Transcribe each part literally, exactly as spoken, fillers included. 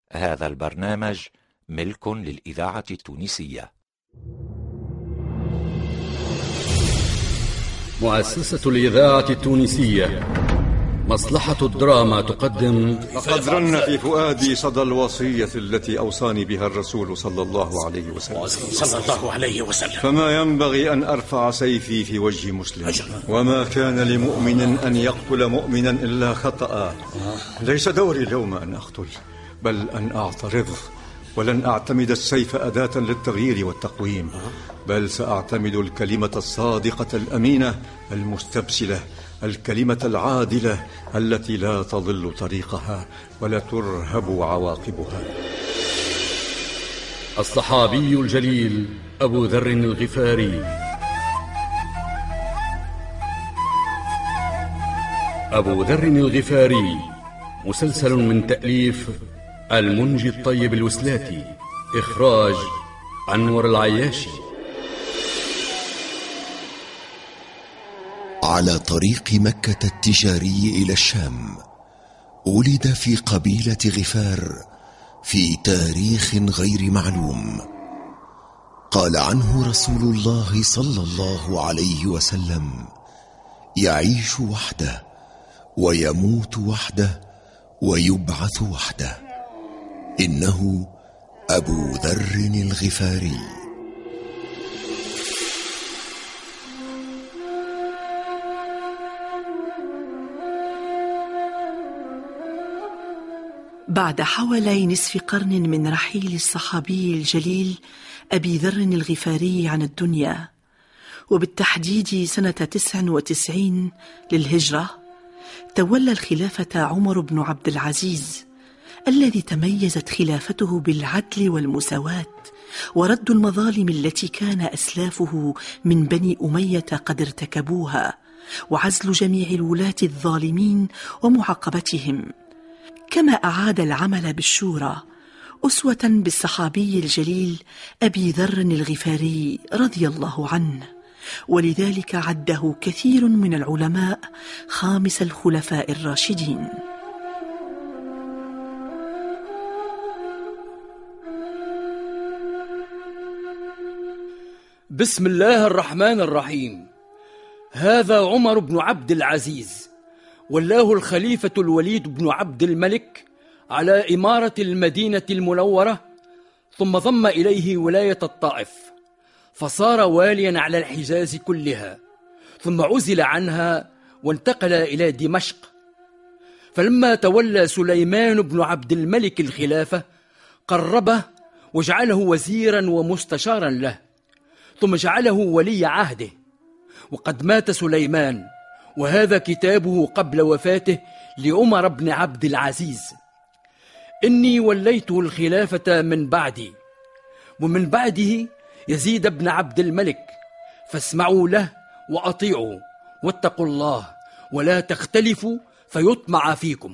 هذا البرنامج ملك للإذاعة التونسية. مؤسسة الإذاعة التونسية مصلحة الدراما تقدم لقد رن في فؤادي صدى الوصية التي أوصاني بها الرسول صلى الله عليه وسلم صلى الله عليه وسلم فما ينبغي أن أرفع سيفي في وجه مسلم، وما كان لمؤمن أن يقتل مؤمنا إلا خطأ. ليس دوري اليوم أن أقتل، بل أن أعترض، ولن أعتمد السيف أداة للتغيير والتقويم، بل سأعتمد الكلمة الصادقة الأمينة المستبسلة، الكلمة العادلة التي لا تضل طريقها ولا ترهب عواقبها. الصحابي الجليل أبو ذر الغفاري. أبو ذر الغفاري مسلسل من تأليف المنجي الطيب الوسلاتي، إخراج أنور العياشي. على طريق مكة التجاري إلى الشام، ولد في قبيلة غفار في تاريخ غير معلوم. قال عنه رسول الله صلى الله عليه وسلم: يعيش وحده ويموت وحده ويبعث وحده. إنه أبو ذر الغفاري. بعد حوالي نصف قرن من رحيل الصحابي الجليل أبي ذر الغفاري عن الدنيا، وبالتحديد سنة تسع وتسعين للهجرة، تولى الخلافة عمر بن عبد العزيز، الذي تميزت خلافته بالعدل والمساواة ورد المظالم التي كان أسلافه من بني أمية قد ارتكبوها، وعزل جميع الولاة الظالمين ومعاقبتهم، كما أعاد العمل بالشورى، أسوة بالصحابي الجليل أبي ذر الغفاري رضي الله عنه، ولذلك عده كثير من العلماء خامس الخلفاء الراشدين. بسم الله الرحمن الرحيم. هذا عمر بن عبد العزيز، ولاه الخليفة الوليد بن عبد الملك على إمارة المدينة المنورة، ثم ضم إليه ولاية الطائف، فصار واليا على الحجاز كلها، ثم عزل عنها وانتقل إلى دمشق. فلما تولى سليمان بن عبد الملك الخلافة قربه وجعله وزيرا ومستشارا له، ثم جعله ولي عهده. وقد مات سليمان، وهذا كتابه قبل وفاته لعمر بن عبد العزيز: إني وليته الخلافة من بعدي، ومن بعده يزيد بن عبد الملك، فاسمعوا له وأطيعوا، واتقوا الله ولا تختلفوا فيطمع فيكم.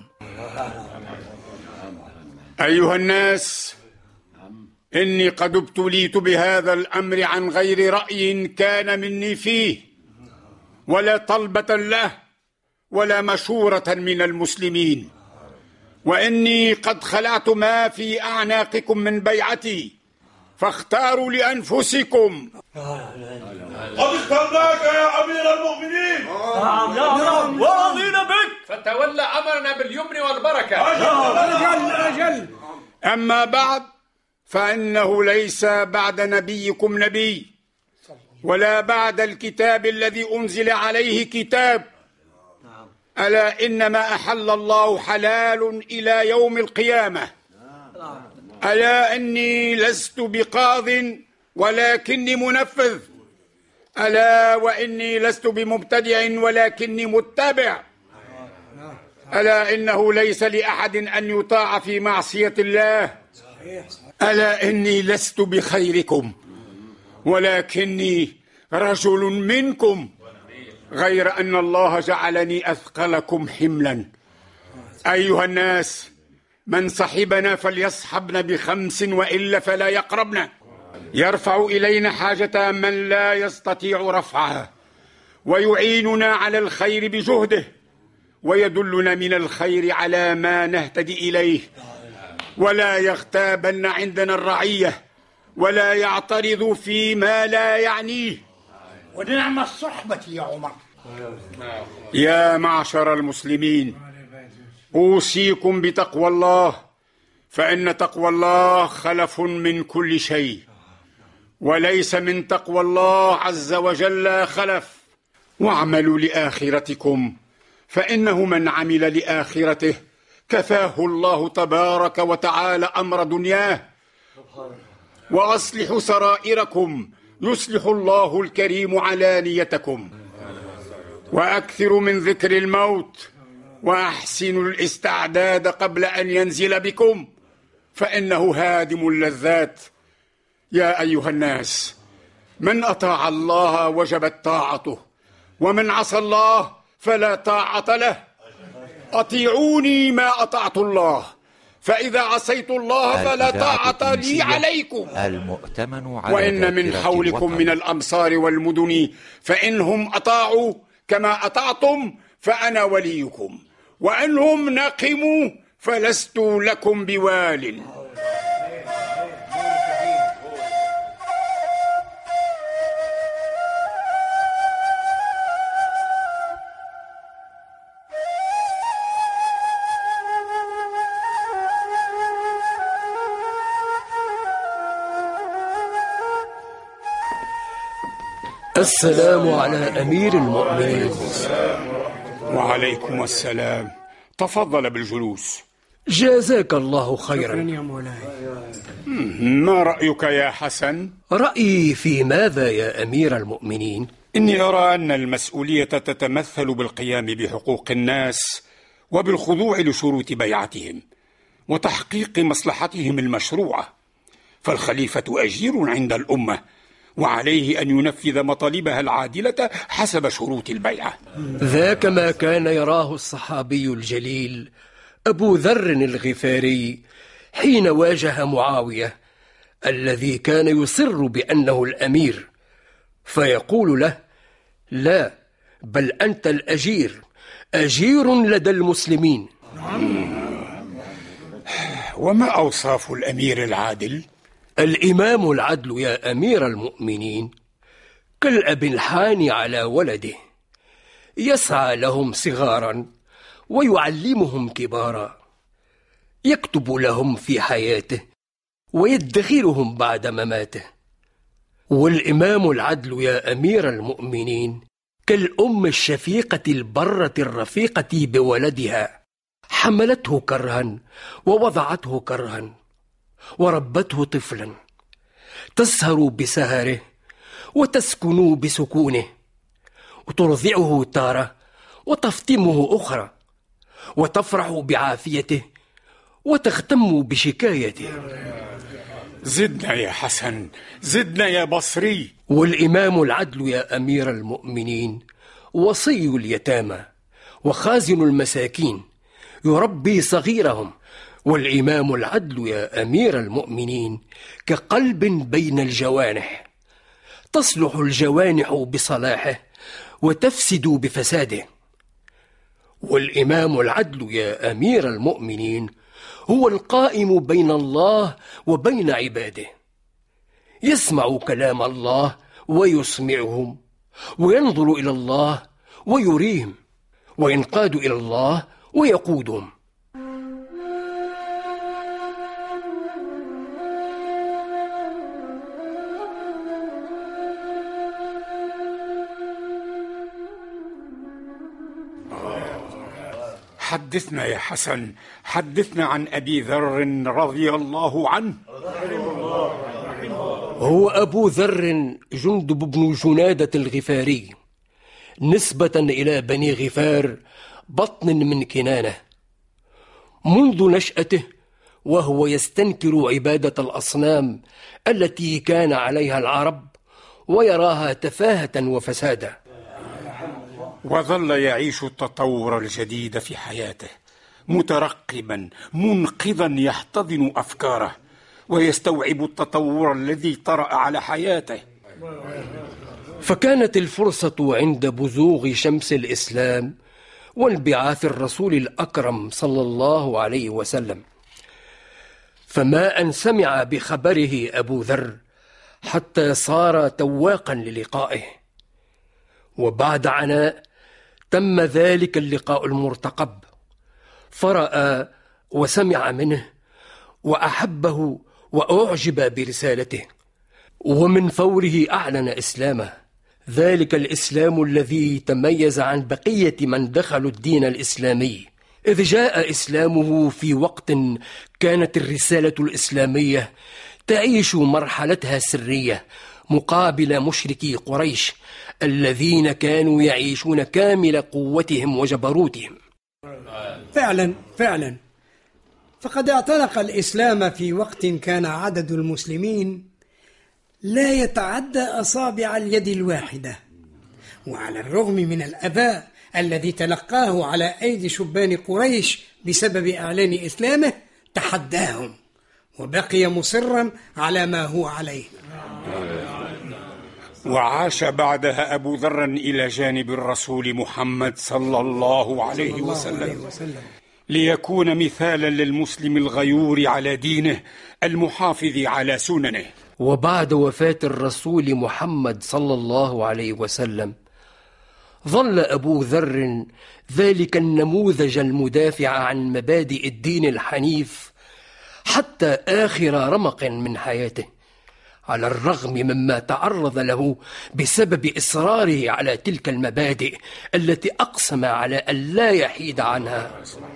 أيها الناس، إني قد ابتليت بهذا الأمر عن غير رأي كان مني فيه، ولا طلبة له، ولا مشورة من المسلمين، وإني قد خلعت ما في أعناقكم من بيعتي، فاختاروا لأنفسكم. قد اخترناك يا أمير المؤمنين. نعم نعم ورضينا بك، فتولى أمرنا باليمن والبركة. أجل أجل. أما بعد، فإنه ليس بعد نبيكم نبي، ولا بعد الكتاب الذي أنزل عليه كتاب. ألا إنما أحل الله حلال إلى يوم القيامة. ألا إني لست بقاض ولكني منفذ. ألا وإني لست بمبتدع ولكني متبع. ألا إنه ليس لأحد أن يطاع في معصية الله. ألا إني لست بخيركم ولكني رجل منكم، غير أن الله جعلني أثقلكم حملا. أيها الناس، من صحبنا فليصحبنا بخمس، وإلا فلا يقربنا. يرفع إلينا حاجة من لا يستطيع رفعها، ويعيننا على الخير بجهده، ويدلنا من الخير على ما نهتدي إليه. ولا يغتابن عندنا الرعية ولا يعترض فيما لا يعنيه. ونعم الصحبة يا عمر. يا معشر المسلمين، أوصيكم بتقوى الله، فإن تقوى الله خلف من كل شيء، وليس من تقوى الله عز وجل خلف. واعملوا لآخرتكم، فإنه من عمل لآخرته كفاه الله تبارك وتعالى أمر دنياه. وأصلحوا سرائركم يصلح الله الكريم علانيتكم. وأكثروا من ذكر الموت، وأحسنوا الاستعداد قبل أن ينزل بكم، فإنه هادم اللذات. يا أيها الناس، من أطاع الله وجبت طاعته، ومن عصى الله فلا طاعة له. أطيعوني ما أطعت الله، فإذا عصيت الله فلا طاعة لي عليكم. المؤتمن على وإن من حولكم من الأمصار والمدن فإنهم أطاعوا كما أطعتم فأنا وليكم، وإنهم نقموا فلست لكم بوال. السلام على أمير المؤمنين. وعليكم السلام. تفضل بالجلوس. جزاك الله خيرا يا مولاي. ما رأيك يا حسن؟ رأيي في ماذا يا أمير المؤمنين؟ إني أرى أن المسؤولية تتمثل بالقيام بحقوق الناس وبالخضوع لشروط بيعتهم وتحقيق مصلحتهم المشروعة، فالخليفة أجير عند الأمة، وعليه أن ينفذ مطالبها العادلة حسب شروط البيعة. ذاك ما كان يراه الصحابي الجليل أبو ذر الغفاري حين واجه معاوية الذي كان يصر بأنه الأمير، فيقول له: لا، بل أنت الأجير، أجير لدى المسلمين. وما أوصاف الأمير العادل؟ الإمام العدل يا أمير المؤمنين كالأب الحاني على ولده، يسعى لهم صغارا ويعلمهم كبارا، يكتب لهم في حياته ويدخرهم بعد مماته. والإمام العدل يا أمير المؤمنين كالأم الشفيقة البرة الرفيقة بولدها، حملته كرها ووضعته كرها وربته طفلا، تسهر بسهره وتسكن بسكونه، وترضعه تارة وتفطمه أخرى، وتفرح بعافيته وتغتم بشكايته. زدنا يا حسن، زدنا يا بصري. والإمام العدل يا أمير المؤمنين وصي اليتامى وخازن المساكين، يربي صغيرهم. والإمام العدل يا أمير المؤمنين كقلب بين الجوانح، تصلح الجوانح بصلاحه وتفسد بفساده. والإمام العدل يا أمير المؤمنين هو القائم بين الله وبين عباده، يسمع كلام الله ويسمعهم، وينظر إلى الله ويريهم، وينقاد إلى الله ويقودهم. حدثنا يا حسن، حدثنا عن أبي ذر رضي الله عنه. هو أبو ذر جندب بن جنادة الغفاري، نسبة إلى بني غفار بطن من كنانة. منذ نشأته وهو يستنكر عبادة الأصنام التي كان عليها العرب ويراها تفاهة وفسادا، وظل يعيش التطور الجديد في حياته، مترقبا منقذا يحتضن أفكاره ويستوعب التطور الذي طرأ على حياته. فكانت الفرصة عند بزوغ شمس الإسلام وانبعاث الرسول الأكرم صلى الله عليه وسلم، فما أن سمع بخبره أبو ذر حتى صار تواقا للقائه. وبعد عناء تم ذلك اللقاء المرتقب، فرأى وسمع منه وأحبه وأعجب برسالته، ومن فوره أعلن إسلامه، ذلك الإسلام الذي تميز عن بقية من دخلوا الدين الإسلامي، إذ جاء إسلامه في وقت كانت الرسالة الإسلامية تعيش مرحلتها السرية مقابل مشركي قريش الذين كانوا يعيشون كامل قوتهم وجبروتهم. فعلا فعلا فقد اعتنق الإسلام في وقت كان عدد المسلمين لا يتعدى أصابع اليد الواحدة، وعلى الرغم من الأذى الذي تلقاه على أيدي شبان قريش بسبب إعلان إسلامه تحداهم وبقي مصرا على ما هو عليه. وعاش بعدها أبو ذر إلى جانب الرسول محمد صلى الله عليه وسلم ليكون مثالا للمسلم الغيور على دينه المحافظ على سننه. وبعد وفاة الرسول محمد صلى الله عليه وسلم ظل أبو ذر ذلك النموذج المدافع عن مبادئ الدين الحنيف حتى آخر رمق من حياته، على الرغم مما تعرض له بسبب إصراره على تلك المبادئ التي أقسم على أن لا يحيد عنها.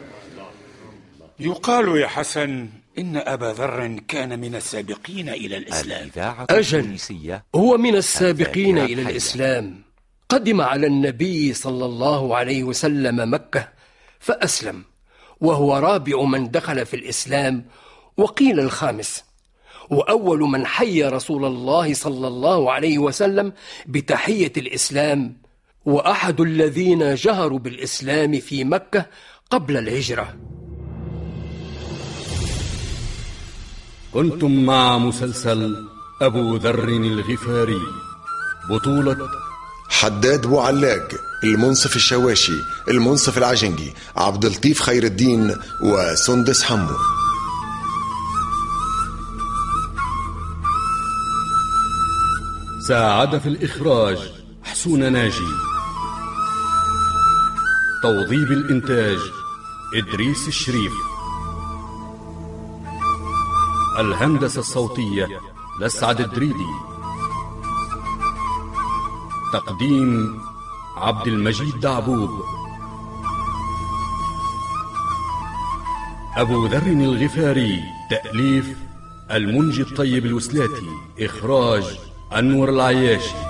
يقال يا حسن إن أبا ذر كان من السابقين إلى الإسلام. أجل، هو من السابقين إلى الإسلام. قدم على النبي صلى الله عليه وسلم مكة فأسلم، وهو رابع من دخل في الإسلام، وقيل الخامس، وأول من حيى رسول الله صلى الله عليه وسلم بتحية الإسلام، وأحد الذين جهروا بالإسلام في مكة قبل الهجرة. كنتم مع مسلسل أبو ذر الغفاري، بطولة حداد بوعلاج، المنصف الشواشي، المنصف العجنجي، عبد اللطيف خير الدين، وسندس حمو. ساعد في الإخراج حسون ناجي. توظيف الإنتاج إدريس الشريف. الهندسة الصوتية لسعد الدريدي. تقديم عبد المجيد دعبوب. أبو ذر الغفاري، تأليف المنجي الطيب الوسلاتي، إخراج أنور العياشي.